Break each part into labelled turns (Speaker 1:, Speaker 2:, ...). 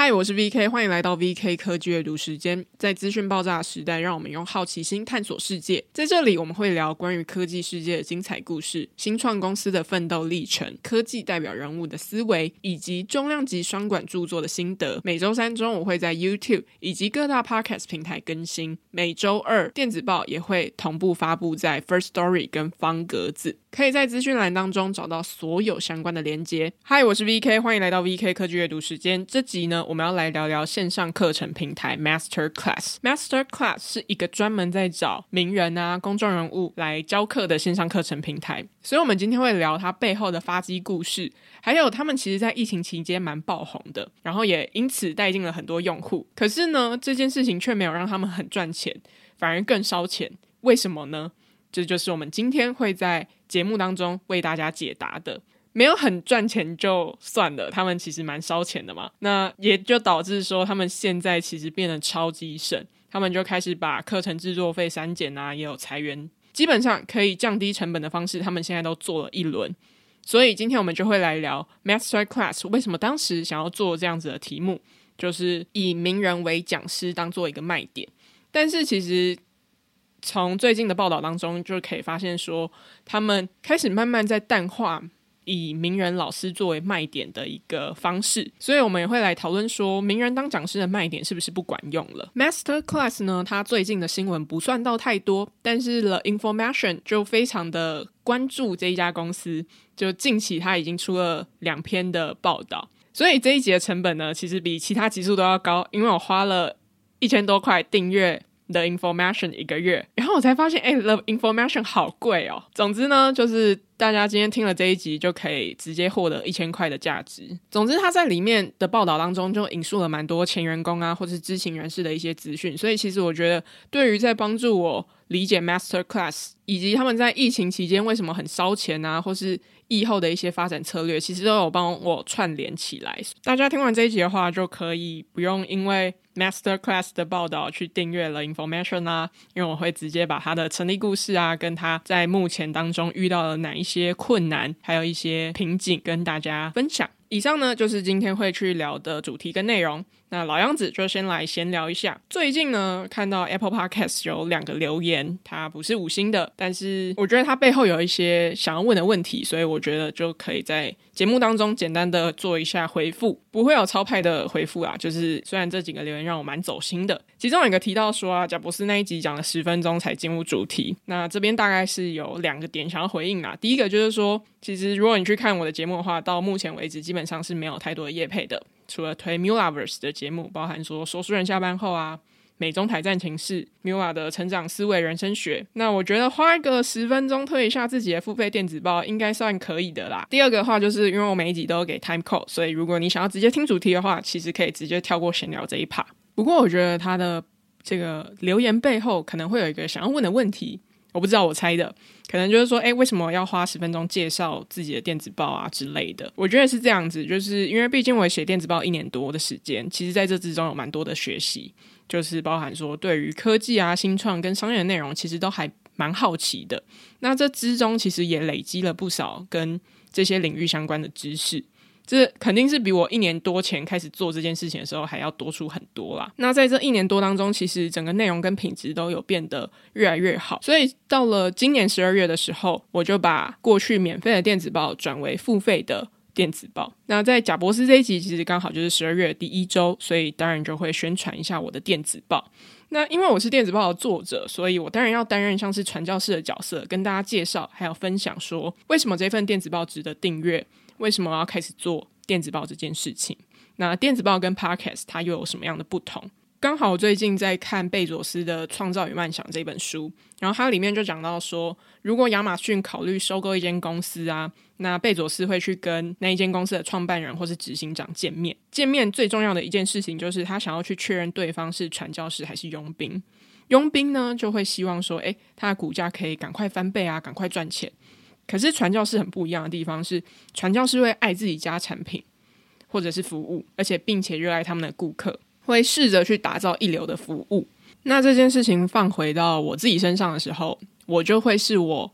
Speaker 1: 嗨，我是 VK， 欢迎来到 VK 科技阅读时间。在资讯爆炸的时代，让我们用好奇心探索世界。在这里，我们会聊关于科技世界的精彩故事、新创公司的奋斗历程、科技代表人物的思维，以及重量级双管著作的心得。每周三中午会在 YouTube 以及各大 Podcast 平台更新，每周二电子报也会同步发布在 First Story 跟方格子，可以在资讯栏当中找到所有相关的连结。嗨，我是 VK， 欢迎来到 VK 科技阅读时间。这集呢，我们要来聊聊线上课程平台 Masterclass。Masterclass 是一个专门在找名人啊、公众人物来教课的线上课程平台，所以我们今天会聊它背后的发迹故事，还有他们其实在疫情期间蛮爆红的，然后也因此带进了很多用户。可是呢，这件事情却没有让他们很赚钱，反而更烧钱。为什么呢？这就是我们今天会在节目当中为大家解答的。没有很赚钱就算了，他们其实蛮烧钱的嘛，那也就导致说他们现在其实变得超级省，他们就开始把课程制作费删减啊，也有裁员，基本上可以降低成本的方式他们现在都做了一轮。所以今天我们就会来聊 Masterclass 为什么当时想要做这样子的题目，就是以名人为讲师当做一个卖点。但是其实从最近的报道当中就可以发现说，他们开始慢慢在淡化以名人老师作为卖点的一个方式，所以我们也会来讨论说，名人当讲师的卖点是不是不管用了。 Masterclass 呢，它最近的新闻不算到太多，但是 The Information 就非常的关注这一家公司，就近期它已经出了2篇的报道，所以这一集的成本呢，其实比其他集数都要高，因为我花了1000多块订阅The Information 1个月，然后我才发现The Information 好贵哦。总之呢，就是大家今天听了这一集就可以直接获得1000块的价值。总之他在里面的报道当中就引述了蛮多前员工啊或是知情人士的一些资讯，所以其实我觉得对于在帮助我理解 Masterclass 以及他们在疫情期间为什么很烧钱啊，或是疫后的一些发展策略，其实都有帮我串联起来。大家听完这一集的话，就可以不用因为 Masterclass 的报道去订阅了 Information 啊，因为我会直接把他的成立故事啊，跟他在目前当中遇到了哪一些困难，还有一些瓶颈跟大家分享。以上呢就是今天会去聊的主题跟内容。那老样子就先来闲聊一下。最近呢看到 Apple Podcast 有2个留言，它不是5星的，但是我觉得它背后有一些想要问的问题，所以我觉得就可以在节目当中简单的做一下回复，不会有超派的回复啦，就是虽然这几个留言让我蛮走心的。其中有一个提到说啊，贾博士那一集讲了10分钟才进入主题，那这边大概是有2个点想要回应啦。第一个就是说，其实如果你去看我的节目的话，到目前为止基本上是没有太多的业配的，除了推 Mulaverse 的节目，包含说说书人下班后啊、美中台战情势、Mula 的成长思维人生学，那我觉得花一个10分钟推一下自己的付费电子报应该算可以的啦。第二个的话就是因为我每一集都有给 time code， 所以如果你想要直接听主题的话，其实可以直接跳过闲聊这一 part。 不过我觉得他的这个留言背后可能会有一个想要问的问题，我不知道，我猜的可能就是说为什么要花10分钟介绍自己的电子报啊之类的。我觉得是这样子，就是因为毕竟我写电子报1年多的时间，其实在这之中有蛮多的学习，就是包含说对于科技啊、新创跟商业的内容其实都还蛮好奇的。那这之中其实也累积了不少跟这些领域相关的知识，这肯定是比我1年多前开始做这件事情的时候还要多出很多啦。那在这1年多当中，其实整个内容跟品质都有变得越来越好，所以到了今年12月的时候，我就把过去免费的电子报转为付费的电子报。那在贾博士这一集其实刚好就是12月第1周，所以当然就会宣传一下我的电子报。那因为我是电子报的作者，所以我当然要担任像是传教士的角色，跟大家介绍还有分享说为什么这份电子报值得订阅，为什么我要开始做电子报这件事情。那电子报跟 Podcast 它又有什么样的不同？刚好我最近在看贝佐斯的《创造与幻想》这本书，然后它里面就讲到说，如果亚马逊考虑收购一间公司啊，那贝佐斯会去跟那一间公司的创办人或是执行长见面。见面最重要的一件事情就是他想要去确认对方是传教士还是佣兵。佣兵呢就会希望说他的股价可以赶快翻倍啊，赶快赚钱。可是传教士很不一样的地方是，传教士会爱自己家产品或者是服务，而且并且热爱他们的顾客，会试着去打造一流的服务。那这件事情放回到我自己身上的时候，我就会是我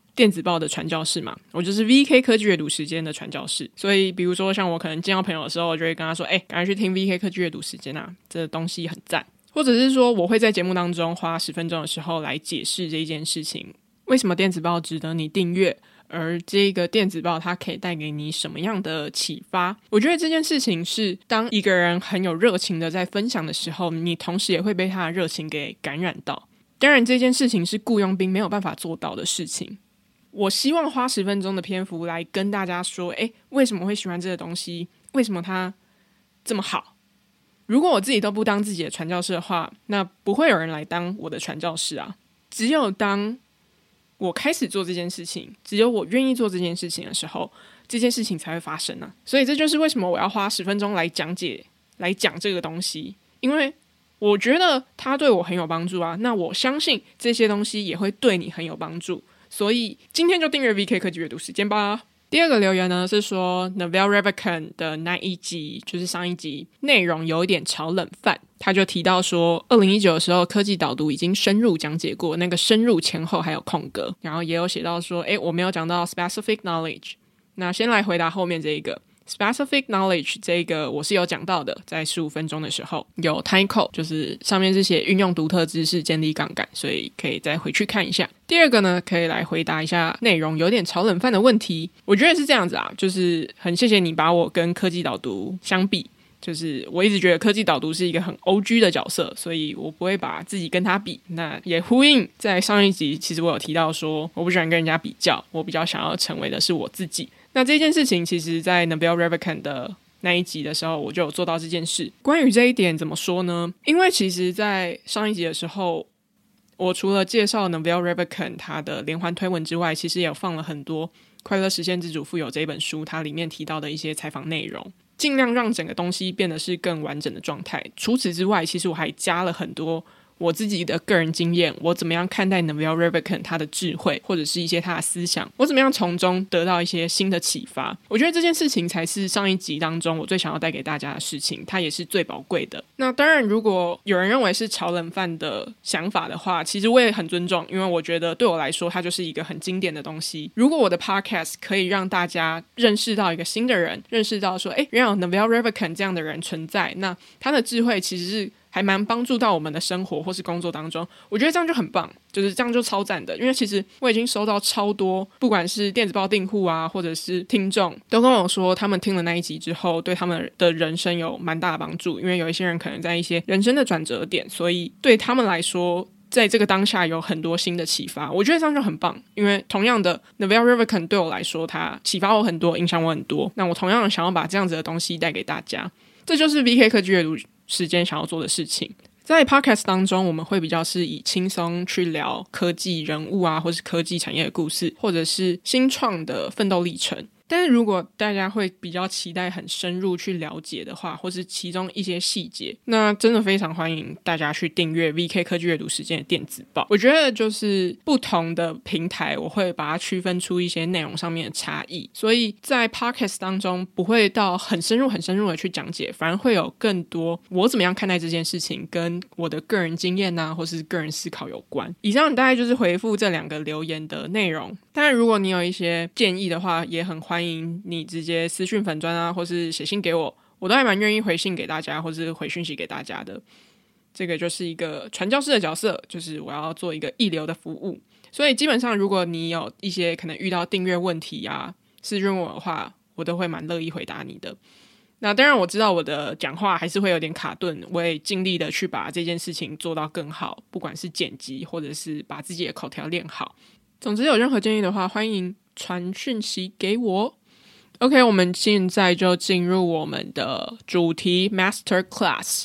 Speaker 1: 电子报的传教士嘛，我就是 VK 科技阅读时间的传教士。所以比如说像我可能见到朋友的时候，我就会跟他说赶快去听 VK 科技阅读时间啊，这东西很赞。或者是说我会在节目当中花10分钟的时候来解释这一件事情，为什么电子报值得你订阅，而这个电子报它可以带给你什么样的启发。我觉得这件事情是当一个人很有热情的在分享的时候，你同时也会被他的热情给感染到。当然这件事情是雇佣兵没有办法做到的事情。我希望花10分钟的篇幅来跟大家说为什么会喜欢这个东西，为什么它这么好。如果我自己都不当自己的传教士的话，那不会有人来当我的传教士啊。只有当我开始做这件事情，只有我愿意做这件事情的时候，这件事情才会发生啊。所以这就是为什么我要花10分钟来讲这个东西，因为我觉得它对我很有帮助啊。那我相信这些东西也会对你很有帮助，所以今天就订阅 VK 科技阅读时间吧。第二个留言呢是说 Naval Ravikant 的那一集，就是上一集内容有一点炒冷饭。他就提到说2019的时候科技导读已经深入讲解过，那个深入前后还有空格，然后也有写到说我没有讲到 specific knowledge。 那先来回答后面这一个specific knowledge， 这个我是有讲到的，在15分钟的时候有 time code， 就是上面是写运用独特知识建立杠杆，所以可以再回去看一下。第二个呢，可以来回答一下内容有点炒冷饭的问题。我觉得是这样子啊，就是很谢谢你把我跟科技导读相比，就是我一直觉得科技导读是一个很 OG 的角色，所以我不会把自己跟他比。那也呼应在上一集其实我有提到说我不喜欢跟人家比较，我比较想要成为的是我自己。那这件事情其实在 Naval Ravikant 的那一集的时候我就有做到这件事。关于这一点怎么说呢？因为其实在上一集的时候，我除了介绍 Naval Ravikant 他的连环推文之外，其实也有放了很多快乐实现自主富有这一本书它里面提到的一些采访内容，尽量让整个东西变得是更完整的状态。除此之外，其实我还加了很多我自己的个人经验，我怎么样看待 Naval Ravikant 他的智慧，或者是一些他的思想，我怎么样从中得到一些新的启发。我觉得这件事情才是上一集当中我最想要带给大家的事情，它也是最宝贵的。那当然如果有人认为是炒冷饭的想法的话，其实我也很尊重，因为我觉得对我来说它就是一个很经典的东西。如果我的 podcast 可以让大家认识到一个新的人，认识到说原来有 Naval Ravikant 这样的人存在，那他的智慧其实是还蛮帮助到我们的生活或是工作当中，我觉得这样就很棒，就是这样就超赞的。因为其实我已经收到超多不管是电子报订户啊或者是听众都跟我说他们听了那一集之后对他们的人生有蛮大的帮助，因为有一些人可能在一些人生的转折点，所以对他们来说在这个当下有很多新的启发。我觉得这样就很棒，因为同样的 Naval Ravikant 对我来说他启发我很多，影响我很多，那我同样想要把这样子的东西带给大家，这就是 VK 科技阅读时间想要做的事情。在 podcast 当中我们会比较是以轻松去聊科技人物啊，或是科技产业的故事，或者是新创的奋斗历程。但是如果大家会比较期待很深入去了解的话，或是其中一些细节，那真的非常欢迎大家去订阅 VK 科技阅读时间的电子报。我觉得就是不同的平台我会把它区分出一些内容上面的差异，所以在 podcast 当中不会到很深入的去讲解，反而会有更多我怎么样看待这件事情跟我的个人经验啊，或是个人思考有关。以上大概就是回复这2个留言的内容。当然如果你有一些建议的话，也很欢迎你直接私讯粉专啊，或是写信给我，我都还蛮愿意回信给大家，或是回讯息给大家的。这个就是一个传教士的角色，就是我要做一个一流的服务。所以基本上如果你有一些可能遇到订阅问题啊，私讯我的话，我都会蛮乐意回答你的。那当然我知道我的讲话还是会有点卡顿，我也尽力的去把这件事情做到更好，不管是剪辑或者是把自己的口条练好。总之有任何建议的话，欢迎传讯息给我。 OK， 我们现在就进入我们的主题 Master Class。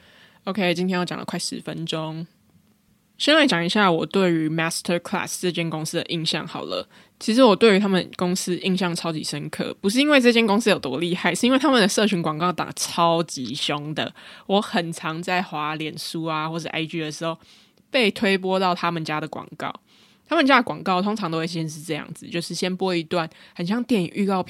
Speaker 1: OK， 今天要讲了快10分钟，先来讲一下我对于 Master Class 这间公司的印象好了。其实我对于他们公司印象超级深刻，不是因为这间公司有多厉害，是因为他们的社群广告打超级凶的。我很常在滑脸书啊或是 IG 的时候被推播到他们家的广告。他们家的广告通常都会先是这样子，就是先播一段很像电影预告片的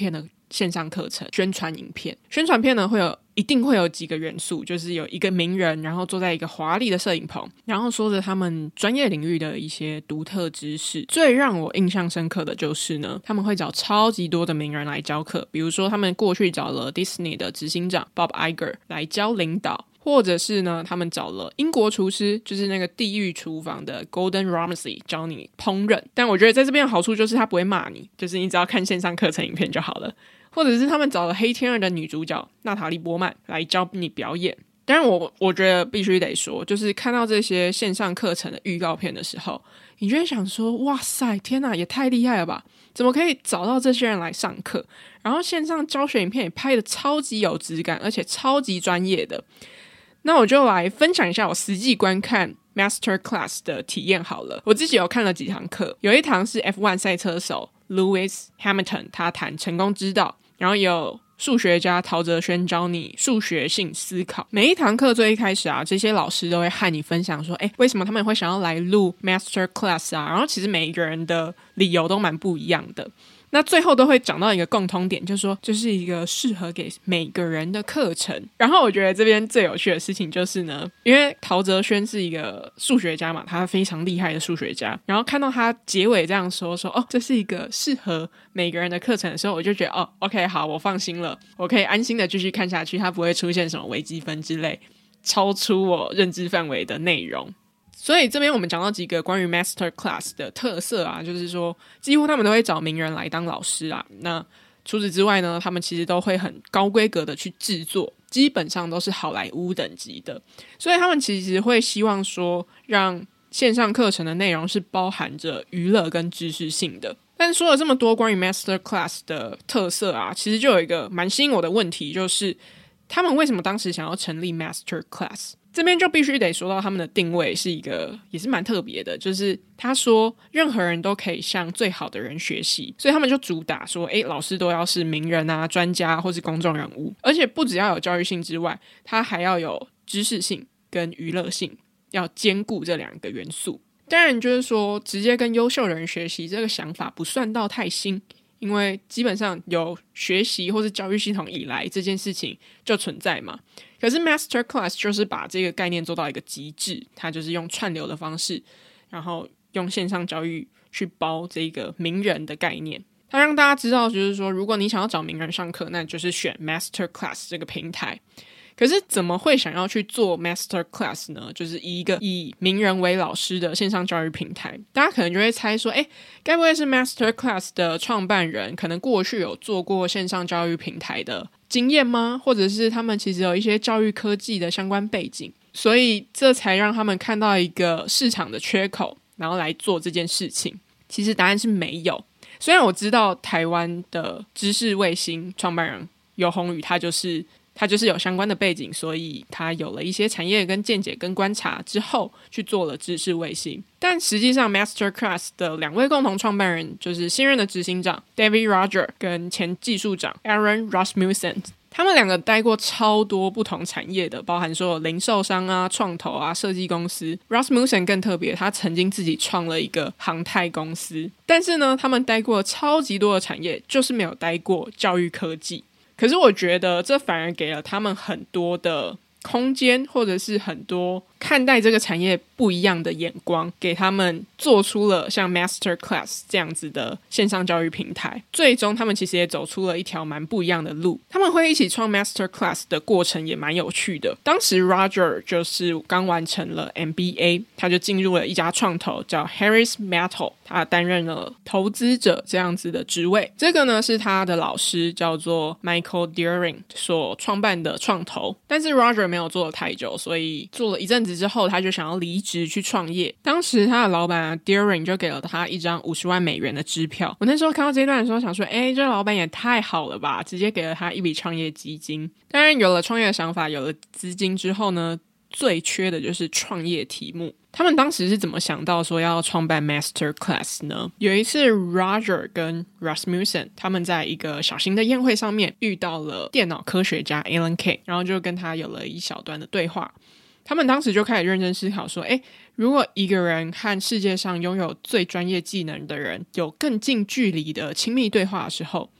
Speaker 1: 线上课程宣传影片。宣传片呢一定会有几个元素，就是有一个名人，然后坐在一个华丽的摄影棚，然后说着他们专业领域的一些独特知识。最让我印象深刻的就是呢，他们会找超级多的名人来教课，比如说他们过去找了 Disney 的执行长 Bob Iger 来教领导，或者是呢他们找了英国厨师，就是那个地狱厨房的 Gordon Ramsay 教你烹饪。但我觉得在这边的好处就是他不会骂你，就是你只要看线上课程影片就好了。或者是他们找了黑天鹅的女主角娜塔莉波曼来教你表演。当然我觉得必须得说，就是看到这些线上课程的预告片的时候，你就会想说，哇塞，天哪，也太厉害了吧，怎么可以找到这些人来上课，然后线上教学影片也拍得超级有质感，而且超级专业的。那我就来分享一下我实际观看 Master Class 的体验好了。我自己有看了几堂课，有一堂是 F1 赛车手 Lewis Hamilton 他谈成功之道，然后也有数学家陶哲轩教你数学性思考。每一堂课最一开始啊，这些老师都会和你分享说，为什么他们会想要来录 Master Class 啊，然后其实每一个人的理由都蛮不一样的。那最后都会讲到一个共通点，就是说这是一个适合给每个人的课程。然后我觉得这边最有趣的事情就是呢，因为陶哲轩是一个数学家嘛，他非常厉害的数学家，然后看到他结尾这样说这是一个适合每个人的课程的时候，我就觉得OK 好，我放心了，我可以安心的继续看下去，他不会出现什么微积分之类超出我认知范围的内容。所以这边我们讲到几个关于 Master Class 的特色啊，就是说几乎他们都会找名人来当老师啊。那除此之外呢，他们其实都会很高规格的去制作，基本上都是好莱坞等级的。所以他们其实会希望说，让线上课程的内容是包含着娱乐跟知识性的。但说了这么多关于 Master Class 的特色啊，其实就有一个蛮吸引我的问题，就是他们为什么当时想要成立 Master Class？这边就必须得说到他们的定位是一个也是蛮特别的，就是他说任何人都可以向最好的人学习，所以他们就主打说老师都要是名人啊、专家或是公众人物，而且不只要有教育性之外，他还要有知识性跟娱乐性，要兼顾这两个元素。当然就是说直接跟优秀的人学习这个想法不算到太新，因为基本上有学习或是教育系统以来这件事情就存在嘛。可是 Master Class 就是把这个概念做到一个极致，它就是用串流的方式，然后用线上教育去包这个名人的概念。它让大家知道就是说，如果你想要找名人上课，那就是选 Master Class 这个平台。可是怎么会想要去做 Master Class 呢？就是以一个以名人为老师的线上教育平台，大家可能就会猜说，该不会是 Master Class 的创办人可能过去有做过线上教育平台的经验吗？或者是他们其实有一些教育科技的相关背景，所以这才让他们看到一个市场的缺口，然后来做这件事情。其实答案是没有。虽然我知道台湾的知识卫星创办人游宏宇他就是有相关的背景，所以他有了一些产业跟见解跟观察之后去做了知识卫星。但实际上 Master Class 的两位共同创办人就是新任的执行长 David Roger 跟前技术长 Aaron Rasmussen， 他们两个待过超多不同产业的，包含说零售商啊、创投啊、设计公司。 Rasmussen 更特别，他曾经自己创了一个航太公司。但是呢，他们待过超级多的产业，就是没有待过教育科技。可是我觉得这反而给了他们很多的空间，或者是很多看待这个产业不一样的眼光，给他们做出了像 Master Class 这样子的线上教育平台。最终他们其实也走出了一条蛮不一样的路。他们会一起创 Master Class 的过程也蛮有趣的。当时 Roger 就是刚完成了 MBA， 他就进入了一家创投叫 Harris Metal， 他担任了投资者这样子的职位。这个呢是他的老师叫做 Michael Deering 所创办的创投。但是 Roger 没有做了太久，所以做了一阵子之后他就想要离职去创业。当时他的老板Deering 就给了他一张50万美元的支票。我那时候看到这一段的时候想说，这老板也太好了吧，直接给了他一笔创业基金。当然有了创业的想法，有了资金之后呢，最缺的就是创业题目。他们当时是怎么想到说要创办 Master Class 呢？有一次 Roger 跟 Rasmussen 他们在一个小型的宴会上面遇到了电脑科学家 Alan Kay， 然后就跟他有了一小段的对话。他们当时就开始认真思考说，如果一个人和世界上拥有最专业技能的人有更近距离的亲密对话的时候，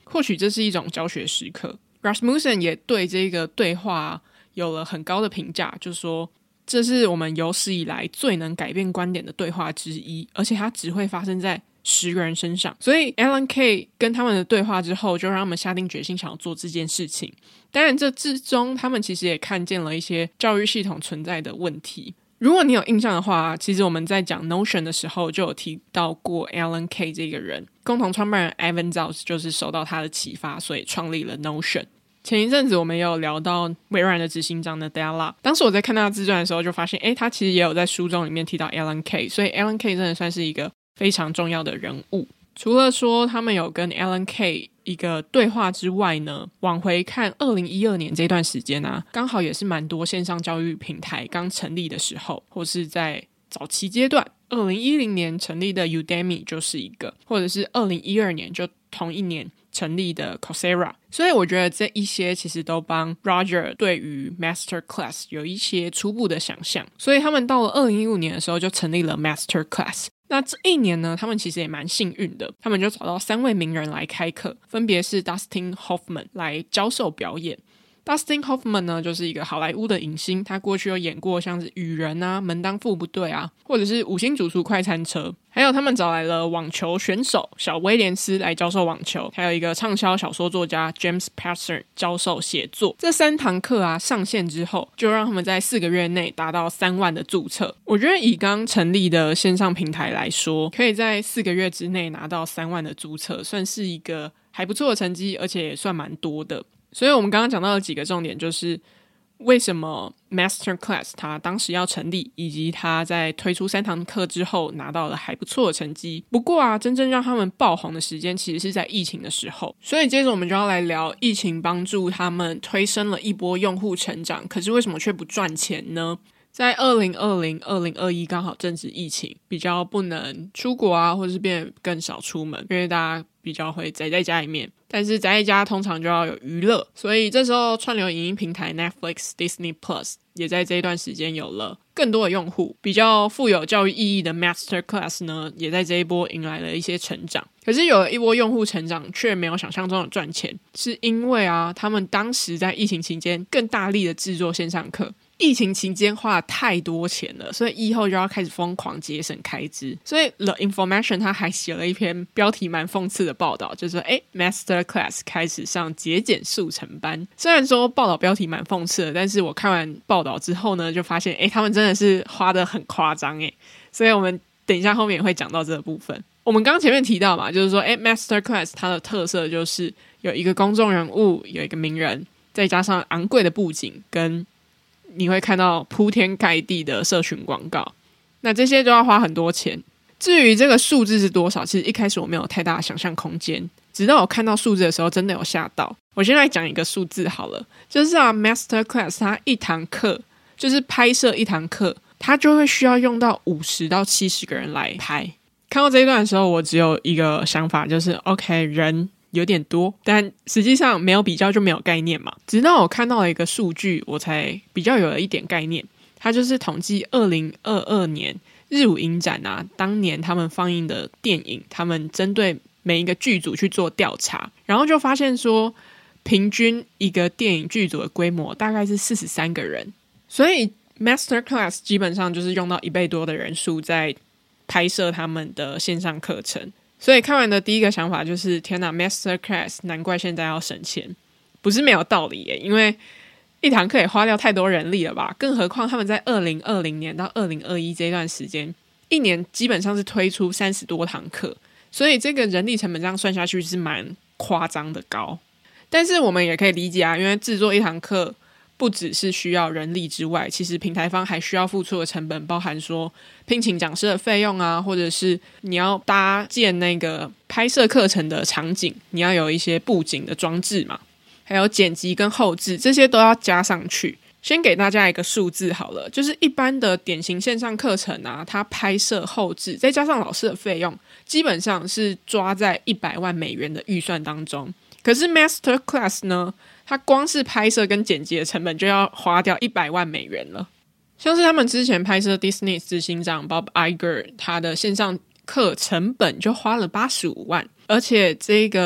Speaker 1: 或许这是一种教学时刻。 Rasmussen 也对这个对话有了很高的评价，就是说这是我们有史以来最能改变观点的对话之一，而且它只会发生在10个人身上。所以 Alan Kay 跟他们的对话之后，就让他们下定决心想要做这件事情。当然这之中他们其实也看见了一些教育系统存在的问题。如果你有印象的话，其实我们在讲 Notion 的时候就有提到过 Alan Kay 这个人，共同创办人 Evan Zaltz 就是受到他的启发，所以创立了 Notion。前一阵子我们也有聊到微软的执行长的 Nadella， 当时我在看他的自传的时候就发现他其实也有在书中里面提到 Alan Kay， 所以 Alan Kay 真的算是一个非常重要的人物。除了说他们有跟 Alan Kay 一个对话之外呢，往回看2012年这段时间刚好也是蛮多线上教育平台刚成立的时候，或是在早期阶段。2010年成立的 Udemy 就是一个，或者是2012年就同一年成立的 Coursera。 所以我觉得这一些其实都帮 Roger 对于 Masterclass 有一些初步的想象，所以他们到了2015年的时候就成立了 Masterclass。那这一年呢，他们其实也蛮幸运的，他们就找到3位名人来开课，分别是 Dustin Hoffman 来教授表演。Dustin Hoffman 呢，就是一个好莱坞的影星，他过去有演过像是雨人门当户不对或者是五星主厨快餐车，还有他们找来了网球选手小威廉斯来教授网球，还有一个畅销小说作家 James Patterson 教授写作。这3堂课上线之后，就让他们在4个月内达到3万的注册。我觉得以刚成立的线上平台来说，可以在4个月之内拿到3万的注册，算是一个还不错的成绩，而且也算蛮多的。所以我们刚刚讲到的几个重点，就是为什么 Masterclass 它当时要成立，以及它在推出3堂课之后拿到了还不错的成绩。不过真正让他们爆红的时间其实是在疫情的时候。所以接着我们就要来聊疫情帮助他们推升了一波用户成长，可是为什么却不赚钱呢？在2020、2021刚好正值疫情，比较不能出国或者是变得更少出门，因为大家比较会宅在家里面。但是宅在家通常就要有娱乐，所以这时候串流影音平台 Netflix、Disney Plus 也在这一段时间有了更多的用户。比较富有教育意义的 Masterclass 呢，也在这一波迎来了一些成长。可是有了一波用户成长，却没有想象中的赚钱，是因为他们当时在疫情期间更大力的制作线上课。疫情期间花了太多钱了，所以以后就要开始疯狂节省开支。所以 The Information 他还写了一篇标题蛮讽刺的报道，就是说Masterclass 开始上节俭速成班。虽然说报道标题蛮讽刺的，但是我看完报道之后呢，就发现他们真的是花得很夸张所以我们等一下后面也会讲到这个部分。我们刚刚前面提到嘛，就是说Masterclass 它的特色就是有一个公众人物，有一个名人，再加上昂贵的布景，跟你会看到铺天盖地的社群广告，那这些就要花很多钱。至于这个数字是多少，其实一开始我没有太大的想象空间，直到我看到数字的时候真的有吓到。我先来讲一个数字好了，就是Masterclass 它一堂课，就是拍摄一堂课，它就会需要用到50到70个人来拍。看到这一段的时候，我只有一个想法，就是 OK 人有点多，但实际上没有比较就没有概念嘛。直到我看到了一个数据，我才比较有了一点概念。它就是统计2022年日舞影展当年他们放映的电影，他们针对每一个剧组去做调查，然后就发现说平均一个电影剧组的规模大概是43个人，所以 Masterclass 基本上就是用到1倍多的人数在拍摄他们的线上课程。所以看完的第一个想法就是天哪， Masterclass 难怪现在要省钱。不是没有道理因为一堂课也花掉太多人力了吧，更何况他们在2020年到2021这段时间，一年基本上是推出30多堂课，所以这个人力成本这样算下去是蛮夸张的高。但是我们也可以理解因为制作一堂课不只是需要人力之外，其实平台方还需要付出的成本，包含说聘请讲师的费用或者是你要搭建那个拍摄课程的场景，你要有一些布景的装置嘛，还有剪辑跟后制，这些都要加上去。先给大家一个数字好了，就是一般的典型线上课程它拍摄后制再加上老师的费用，基本上是抓在100万美元的预算当中。可是 Masterclass 呢，它光是拍摄跟剪辑的成本就要花掉100万美元了。像是他们之前拍摄 Disney 执行长 Bob Iger 他的线上课成本就花了85万，而且这个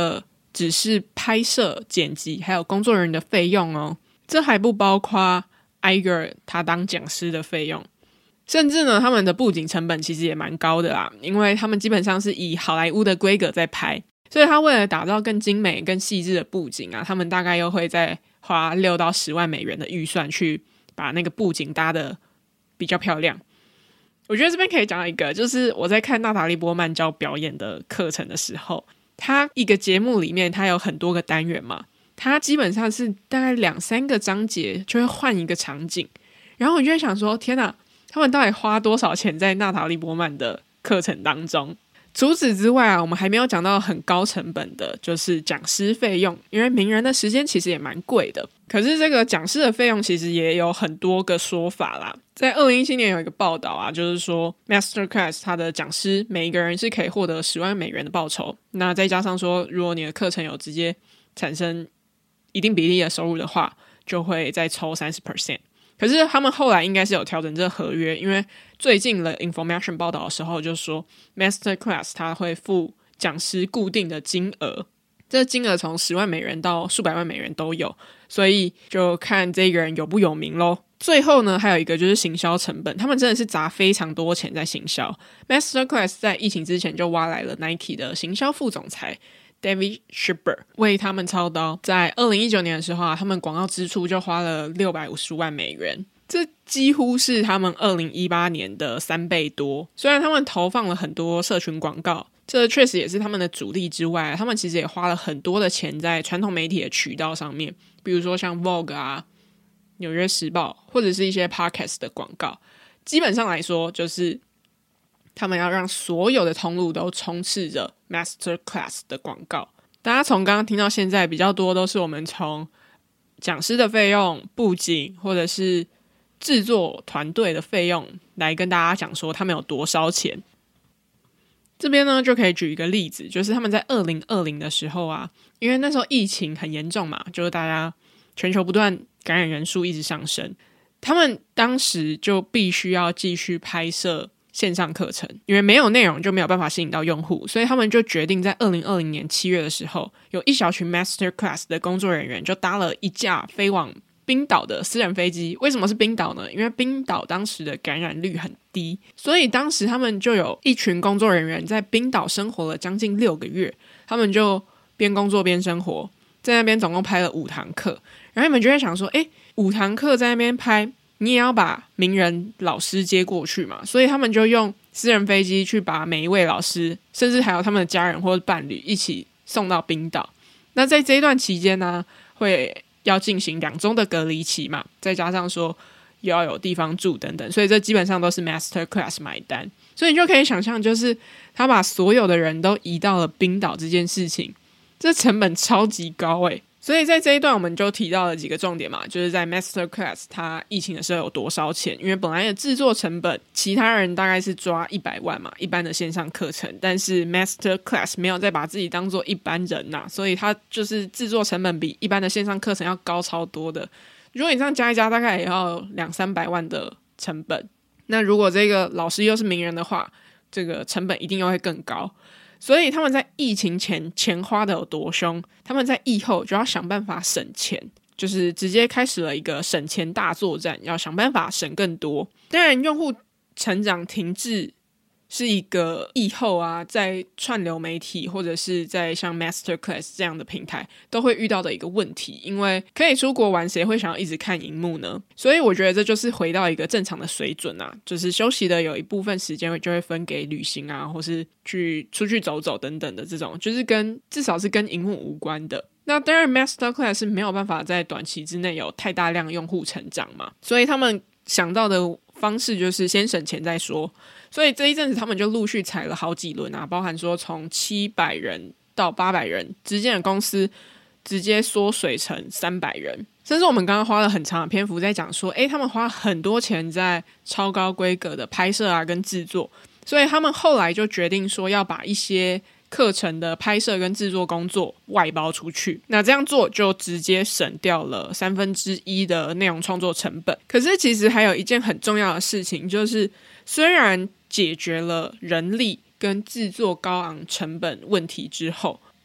Speaker 1: 只是拍摄、剪辑还有工作人员的费用哦，这还不包括 Iger 他当讲师的费用。甚至呢，他们的布景成本其实也蛮高的啦，因为他们基本上是以好莱坞的规格在拍，所以他为了打造更精美、更细致的布景啊，他们大概又会再花6到10万美元的预算去把那个布景搭得比较漂亮。我觉得这边可以讲到一个，就是我在看娜塔莉波曼教表演的课程的时候，他一个节目里面他有很多个单元嘛，他基本上是大概2-3个章节就会换一个场景，然后我就会想说，天哪，他们到底花多少钱在娜塔莉波曼的课程当中？除此之外啊，我们还没有讲到很高成本的，就是讲师费用，因为名人的时间其实也蛮贵的。可是这个讲师的费用其实也有很多个说法啦。在2017年有一个报道啊，就是说 Masterclass 它的讲师每一个人是可以获得10万美元的报酬，那再加上说如果你的课程有直接产生一定比例的收入的话，就会再抽 30%。可是他们后来应该是有调整这个合约，因为最近的 Information 报道的时候就说 Masterclass 他会付讲师固定的金额，这个金额从10万美元到数百万美元都有，所以就看这个人有不有名咯。最后呢，还有一个就是行销成本，他们真的是砸非常多钱在行销。Masterclass 在疫情之前就挖来了 Nike 的行销副总裁David Schipper 为他们操刀，在2019年的时候啊，他们广告支出就花了650万美元，这几乎是他们2018年的3倍多。虽然他们投放了很多社群广告，这确实也是他们的主力之外，他们其实也花了很多的钱在传统媒体的渠道上面，比如说像 Vogue 啊、纽约时报或者是一些 Podcast 的广告。基本上来说，就是他们要让所有的通路都充斥着 Masterclass 的广告。大家从刚刚听到现在比较多都是我们从讲师的费用、布景或者是制作团队的费用来跟大家讲说他们有多烧钱。这边呢就可以举一个例子，就是他们在2020的时候啊，因为那时候疫情很严重嘛，就是大家全球不断感染人数一直上升，他们当时就必须要继续拍摄线上课程，因为没有内容就没有办法吸引到用户，所以他们就决定在2020年7月的时候，有一小群 Masterclass 的工作人员就搭了一架飞往冰岛的私人飞机。为什么是冰岛呢？因为冰岛当时的感染率很低，所以当时他们就有一群工作人员在冰岛生活了将近6个月，他们就边工作边生活，在那边总共拍了5堂课。然后你们就会想说5堂课在那边拍，你也要把名人老师接过去嘛，所以他们就用私人飞机去把每一位老师，甚至还有他们的家人或者伴侣一起送到冰岛。那在这一段期间呢，会要进行2周的隔离期嘛，再加上说又要有地方住等等，所以这基本上都是 Masterclass 买单。所以你就可以想象，就是他把所有的人都移到了冰岛这件事情，这成本超级高所以在这一段我们就提到了几个重点嘛，就是在 Masterclass 它疫情的时候有多烧钱，因为本来的制作成本其他人大概是抓100万嘛，一般的线上课程，但是 Masterclass 没有再把自己当做一般人所以它就是制作成本比一般的线上课程要高超多的。如果你这样加一加，大概也要200-300万的成本，那如果这个老师又是名人的话，这个成本一定又会更高。所以他们在疫情前钱花的有多凶，他们在疫后就要想办法省钱，就是直接开始了一个省钱大作战，要想办法省更多。当然用户成长停滞是一个疫后啊，在串流媒体或者是在像 Masterclass 这样的平台都会遇到的一个问题，因为可以出国玩，谁会想要一直看荧幕呢？所以我觉得这就是回到一个正常的水准啊，就是休息的有一部分时间就会分给旅行啊，或是出去走走等等的这种，就是至少是跟荧幕无关的。那当然 Masterclass 是没有办法在短期之内有太大量用户成长嘛，所以他们想到的方式就是先省钱再说。所以这一阵子他们就陆续裁了好几轮啊，包含说从700人到800人之间的公司直接缩水成300人，甚至我们刚刚花了很长的篇幅在讲说他们花很多钱在超高规格的拍摄啊跟制作，所以他们后来就决定说要把一些课程的拍摄跟制作工作外包出去，那这样做就直接省掉了1/3的内容创作成本。可是其实还有一件很重要的事情，就是虽然解决了人力跟制作高昂成本问题之后，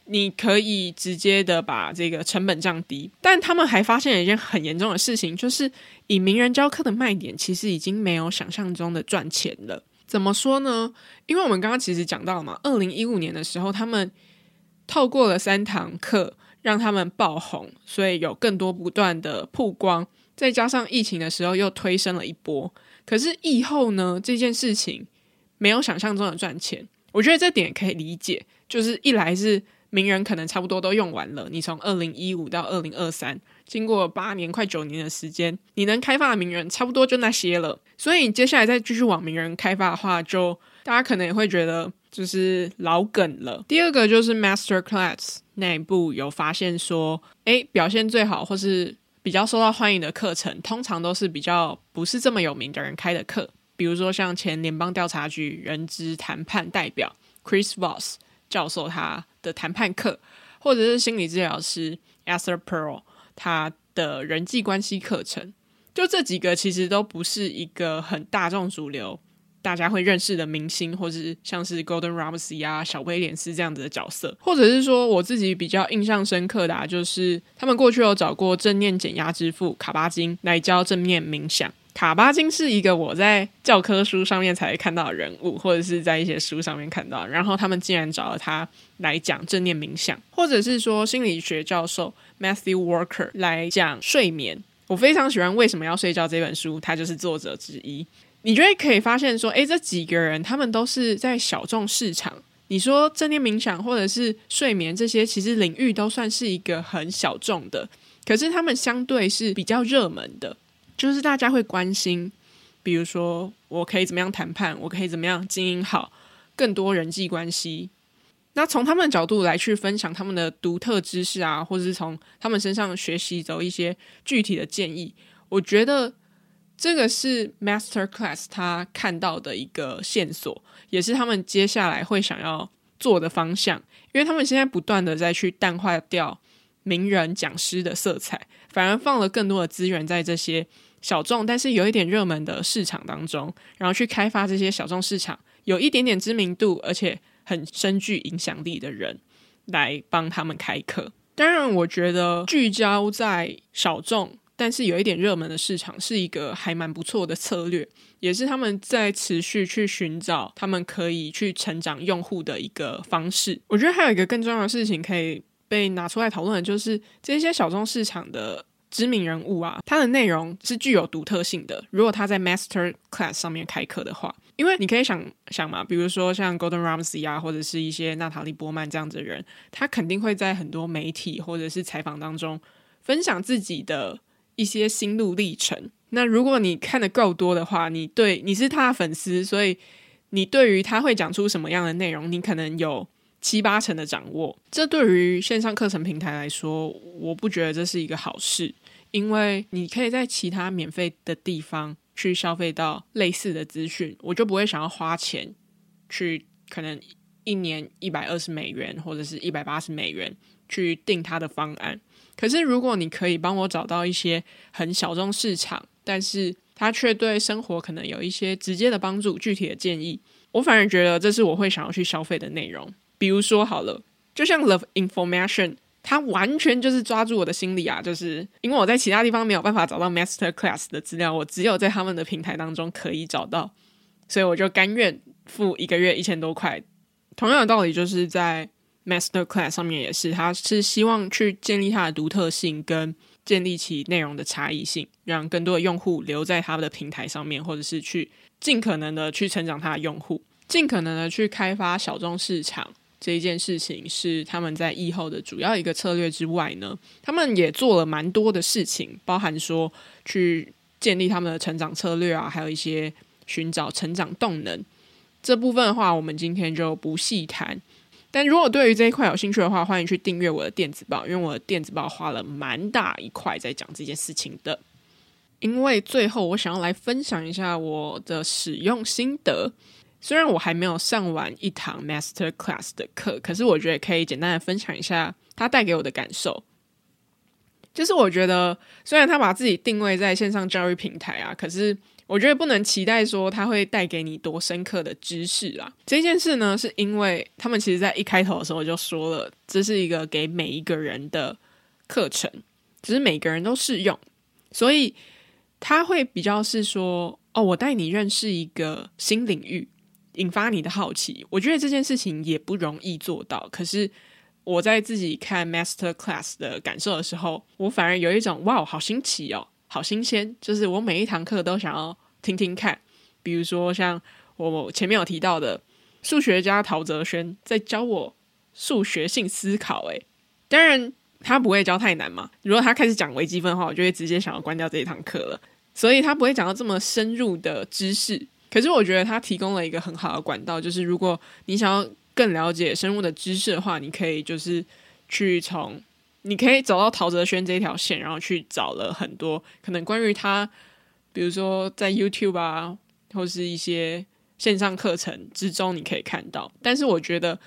Speaker 1: 你可以直接的把这个成本降低。但他们还发现了一件很严重的事情，就是以名人教课的卖点其实已经没有想象中的赚钱了。怎么说呢？因为我们刚刚其实讲到了嘛，2015年的时候他们透过了3堂课让他们爆红，所以有更多不断的曝光，再加上疫情的时候又推升了一波。可是疫后呢，这件事情没有想象中的赚钱，我觉得这点可以理解，就是一来是名人可能差不多都用完了，你从2015到2023经过8年快9年的时间，你能开发的名人差不多就那些了，所以接下来再继续往名人开发的话，就大家可能也会觉得就是老梗了。第二个就是 Masterclass 那一部有发现说表现最好或是比较受到欢迎的课程通常都是比较不是这么有名的人开的课，比如说像前联邦调查局人资谈判代表 Chris Voss 教授他的谈判课，或者是心理治疗师 Esther Perel 他的人际关系课程。就这几个其实都不是一个很大众主流大家会认识的明星，或是像是 Gordon Ramsay 啊、小威廉斯这样子的角色。或者是说我自己比较印象深刻的就是他们过去有找过正念减压之父卡巴金来教正念冥想。卡巴金是一个我在教科书上面才会看到的人物，或者是在一些书上面看到，然后他们竟然找了他来讲正念冥想。或者是说心理学教授 Matthew Walker 来讲睡眠，我非常喜欢《为什么要睡觉》这本书，他就是作者之一。你就会可以发现说这几个人他们都是在小众市场，你说正念冥想或者是睡眠这些其实领域都算是一个很小众的，可是他们相对是比较热门的，就是大家会关心，比如说我可以怎么样谈判，我可以怎么样经营好更多人际关系。那从他们的角度来去分享他们的独特知识啊，或者是从他们身上学习走一些具体的建议，我觉得这个是 Masterclass 他看到的一个线索，也是他们接下来会想要做的方向。因为他们现在不断的在去淡化掉名人讲师的色彩，反而放了更多的资源在这些小众但是有一点热门的市场当中，然后去开发这些小众市场有一点点知名度而且很深具影响力的人来帮他们开课。当然我觉得聚焦在小众但是有一点热门的市场是一个还蛮不错的策略，也是他们在持续去寻找他们可以去成长用户的一个方式。我觉得还有一个更重要的事情可以被拿出来讨论的，就是这些小众市场的知名人物啊，他的内容是具有独特性的。如果他在 Masterclass 上面开课的话，因为你可以想嘛，比如说像 Gordon Ramsay 啊，或者是一些娜塔莉波曼这样子的人，他肯定会在很多媒体或者是采访当中分享自己的一些心路历程。那如果你看得够多的话，你是他的粉丝，所以你对于他会讲出什么样的内容，你可能有7-8成的掌握。这对于线上课程平台来说，我不觉得这是一个好事，因为你可以在其他免费的地方去消费到类似的资讯，我就不会想要花钱去可能1年$120或者是$180去订他的方案。可是如果你可以帮我找到一些很小众市场，但是它却对生活可能有一些直接的帮助，具体的建议，我反而觉得这是我会想要去消费的内容。比如说好了，就像 Love Information， 它完全就是抓住我的心理啊，就是因为我在其他地方没有办法找到 Masterclass 的资料，我只有在他们的平台当中可以找到，所以我就甘愿付1个月$1000多。同样的道理就是在Masterclass 上面也是，他是希望去建立它的独特性跟建立起内容的差异性，让更多的用户留在他的平台上面，或者是去尽可能的去成长他的用户，尽可能的去开发小众市场。这一件事情是他们在疫后的主要一个策略之外呢，他们也做了蛮多的事情，包含说去建立他们的成长策略啊，还有一些寻找成长动能。这部分的话我们今天就不细谈，但如果对于这一块有兴趣的话，欢迎去订阅我的电子报，因为我的电子报花了蛮大一块在讲这件事情的。因为最后我想要来分享一下我的使用心得，虽然我还没有上完一堂 Masterclass 的课，可是我觉得可以简单的分享一下它带给我的感受。 就是我觉得虽然他把自己定位在线上教育平台啊，可是我觉得不能期待说他会带给你多深刻的知识啊。这件事呢，是因为他们其实在一开头的时候就说了，这是一个给每一个人的课程，只是每个人都适用，所以他会比较是说，我带你认识一个新领域，引发你的好奇。我觉得这件事情也不容易做到，可是我在自己看 Master Class 的感受的时候，我反而有一种哇，好新奇哦，好新鲜，就是我每一堂课都想要听听看。比如说像我前面有提到的数学家陶泽轩在教我数学性思考，当然他不会教太难嘛，如果他开始讲微积分的话，我就会直接想要关掉这一堂课了，所以他不会讲到这么深入的知识。可是我觉得他提供了一个很好的管道，就是如果你想要更了解生物的知识的话，你可以就是你可以走到陶泽轩这条线，然后去找了很多可能关于他，比如说在 YouTube 啊，或是一些线上课程之中你可以看到。但是我觉得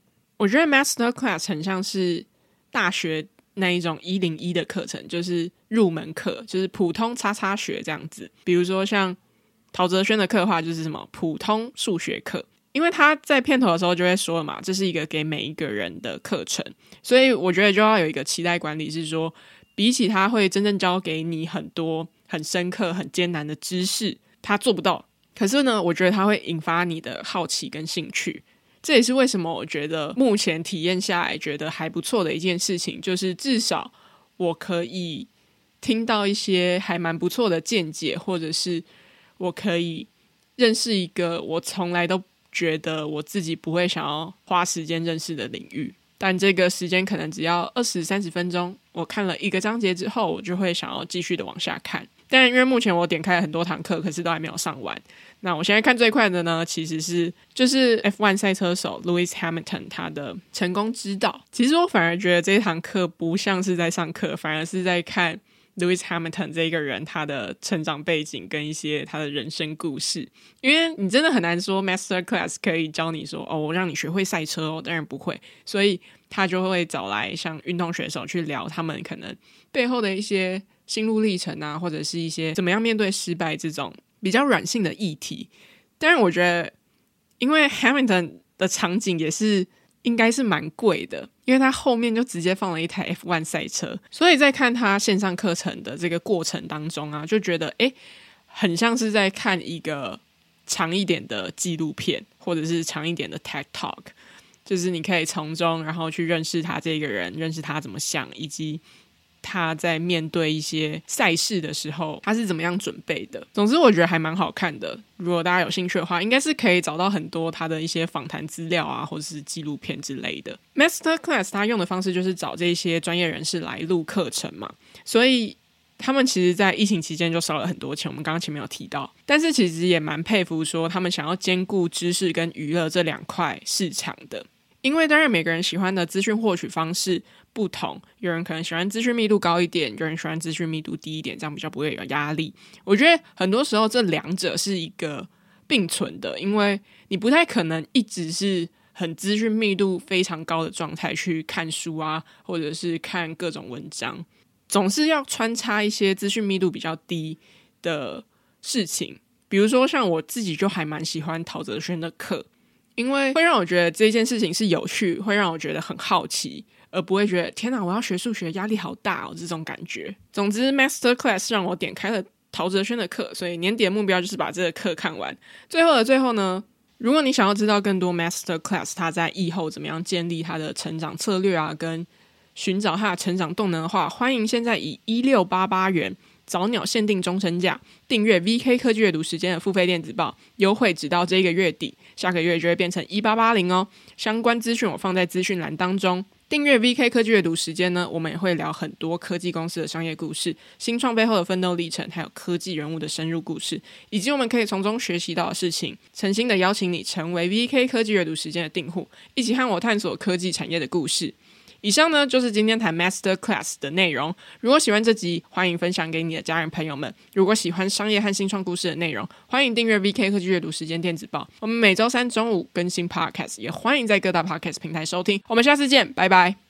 Speaker 1: Master Class 很像是大学那一种101的课程，就是入门课，就是普通叉叉学这样子。比如说像陶泽轩的课的话，就是什么普通数学课，因为他在片头的时候就会说了嘛，这是一个给每一个人的课程，所以我觉得就要有一个期待管理，是说比起他会真正教给你很多很深刻很艰难的知识，他做不到，可是呢我觉得他会引发你的好奇跟兴趣。这也是为什么我觉得目前体验下来觉得还不错的一件事情，就是至少我可以听到一些还蛮不错的见解，或者是我可以认识一个我从来都觉得我自己不会想要花时间认识的领域，但这个时间可能只要20-30分钟，我看了一个章节之后，我就会想要继续的往下看。但因为目前我点开了很多堂课，可是都还没有上完。那我现在看最快的呢，其实就是 F1 赛车手 Lewis Hamilton 他的成功之道。其实我反而觉得这一堂课不像是在上课，反而是在看Lewis Hamilton 这个人他的成长背景跟一些他的人生故事。因为你真的很难说 Master Class 可以教你说我让你学会赛车当然不会，所以他就会找来像运动选手去聊他们可能背后的一些心路历程啊，或者是一些怎么样面对失败这种比较软性的议题。当然我觉得因为 Hamilton 的场景也是应该是蛮贵的，因为他后面就直接放了一台 F1 赛车，所以在看他线上课程的这个过程当中啊，就觉得很像是在看一个长一点的纪录片，或者是长一点的 TED Talk， 就是你可以从中然后去认识他这个人，认识他怎么想，以及他在面对一些赛事的时候他是怎么样准备的。总之我觉得还蛮好看的，如果大家有兴趣的话，应该是可以找到很多他的一些访谈资料啊，或者是纪录片之类的。 Master Class 他用的方式就是找这些专业人士来录课程嘛，所以他们其实在疫情期间就烧了很多钱，我们刚刚前面有提到，但是其实也蛮佩服说他们想要兼顾知识跟娱乐这两块市场的。因为当然每个人喜欢的资讯获取方式不同，有人可能喜欢资讯密度高一点，有人喜欢资讯密度低一点，这样比较不会有压力。我觉得很多时候这两者是一个并存的，因为你不太可能一直是很资讯密度非常高的状态去看书啊，或者是看各种文章，总是要穿插一些资讯密度比较低的事情。比如说像我自己就还蛮喜欢陶泽轩的课，因为会让我觉得这件事情是有趣，会让我觉得很好奇，而不会觉得天哪我要学数学压力好大这种感觉。总之 Master Class 让我点开了陶泽轩的课，所以年底的目标就是把这个课看完。最后的最后呢，如果你想要知道更多 Master Class 他在疫后怎么样建立他的成长策略啊，跟寻找他的成长动能的话，欢迎现在以1688元早鸟限定终身价订阅 VK 科技阅读时间的付费电子报，优惠直到这个月底，下个月就会变成1880哦。相关资讯我放在资讯栏当中。订阅 VK 科技阅读时间呢，我们也会聊很多科技公司的商业故事、新创背后的奋斗历程，还有科技人物的深入故事，以及我们可以从中学习到的事情。诚心的邀请你成为 VK 科技阅读时间的订户，一起和我探索科技产业的故事。以上呢就是今天谈 Master Class 的内容。如果喜欢这集，欢迎分享给你的家人朋友们。如果喜欢商业和新创故事的内容，欢迎订阅 VK 科技阅读时间电子报。我们每周三中午更新 Podcast， 也欢迎在各大 Podcast 平台收听。我们下次见，拜拜。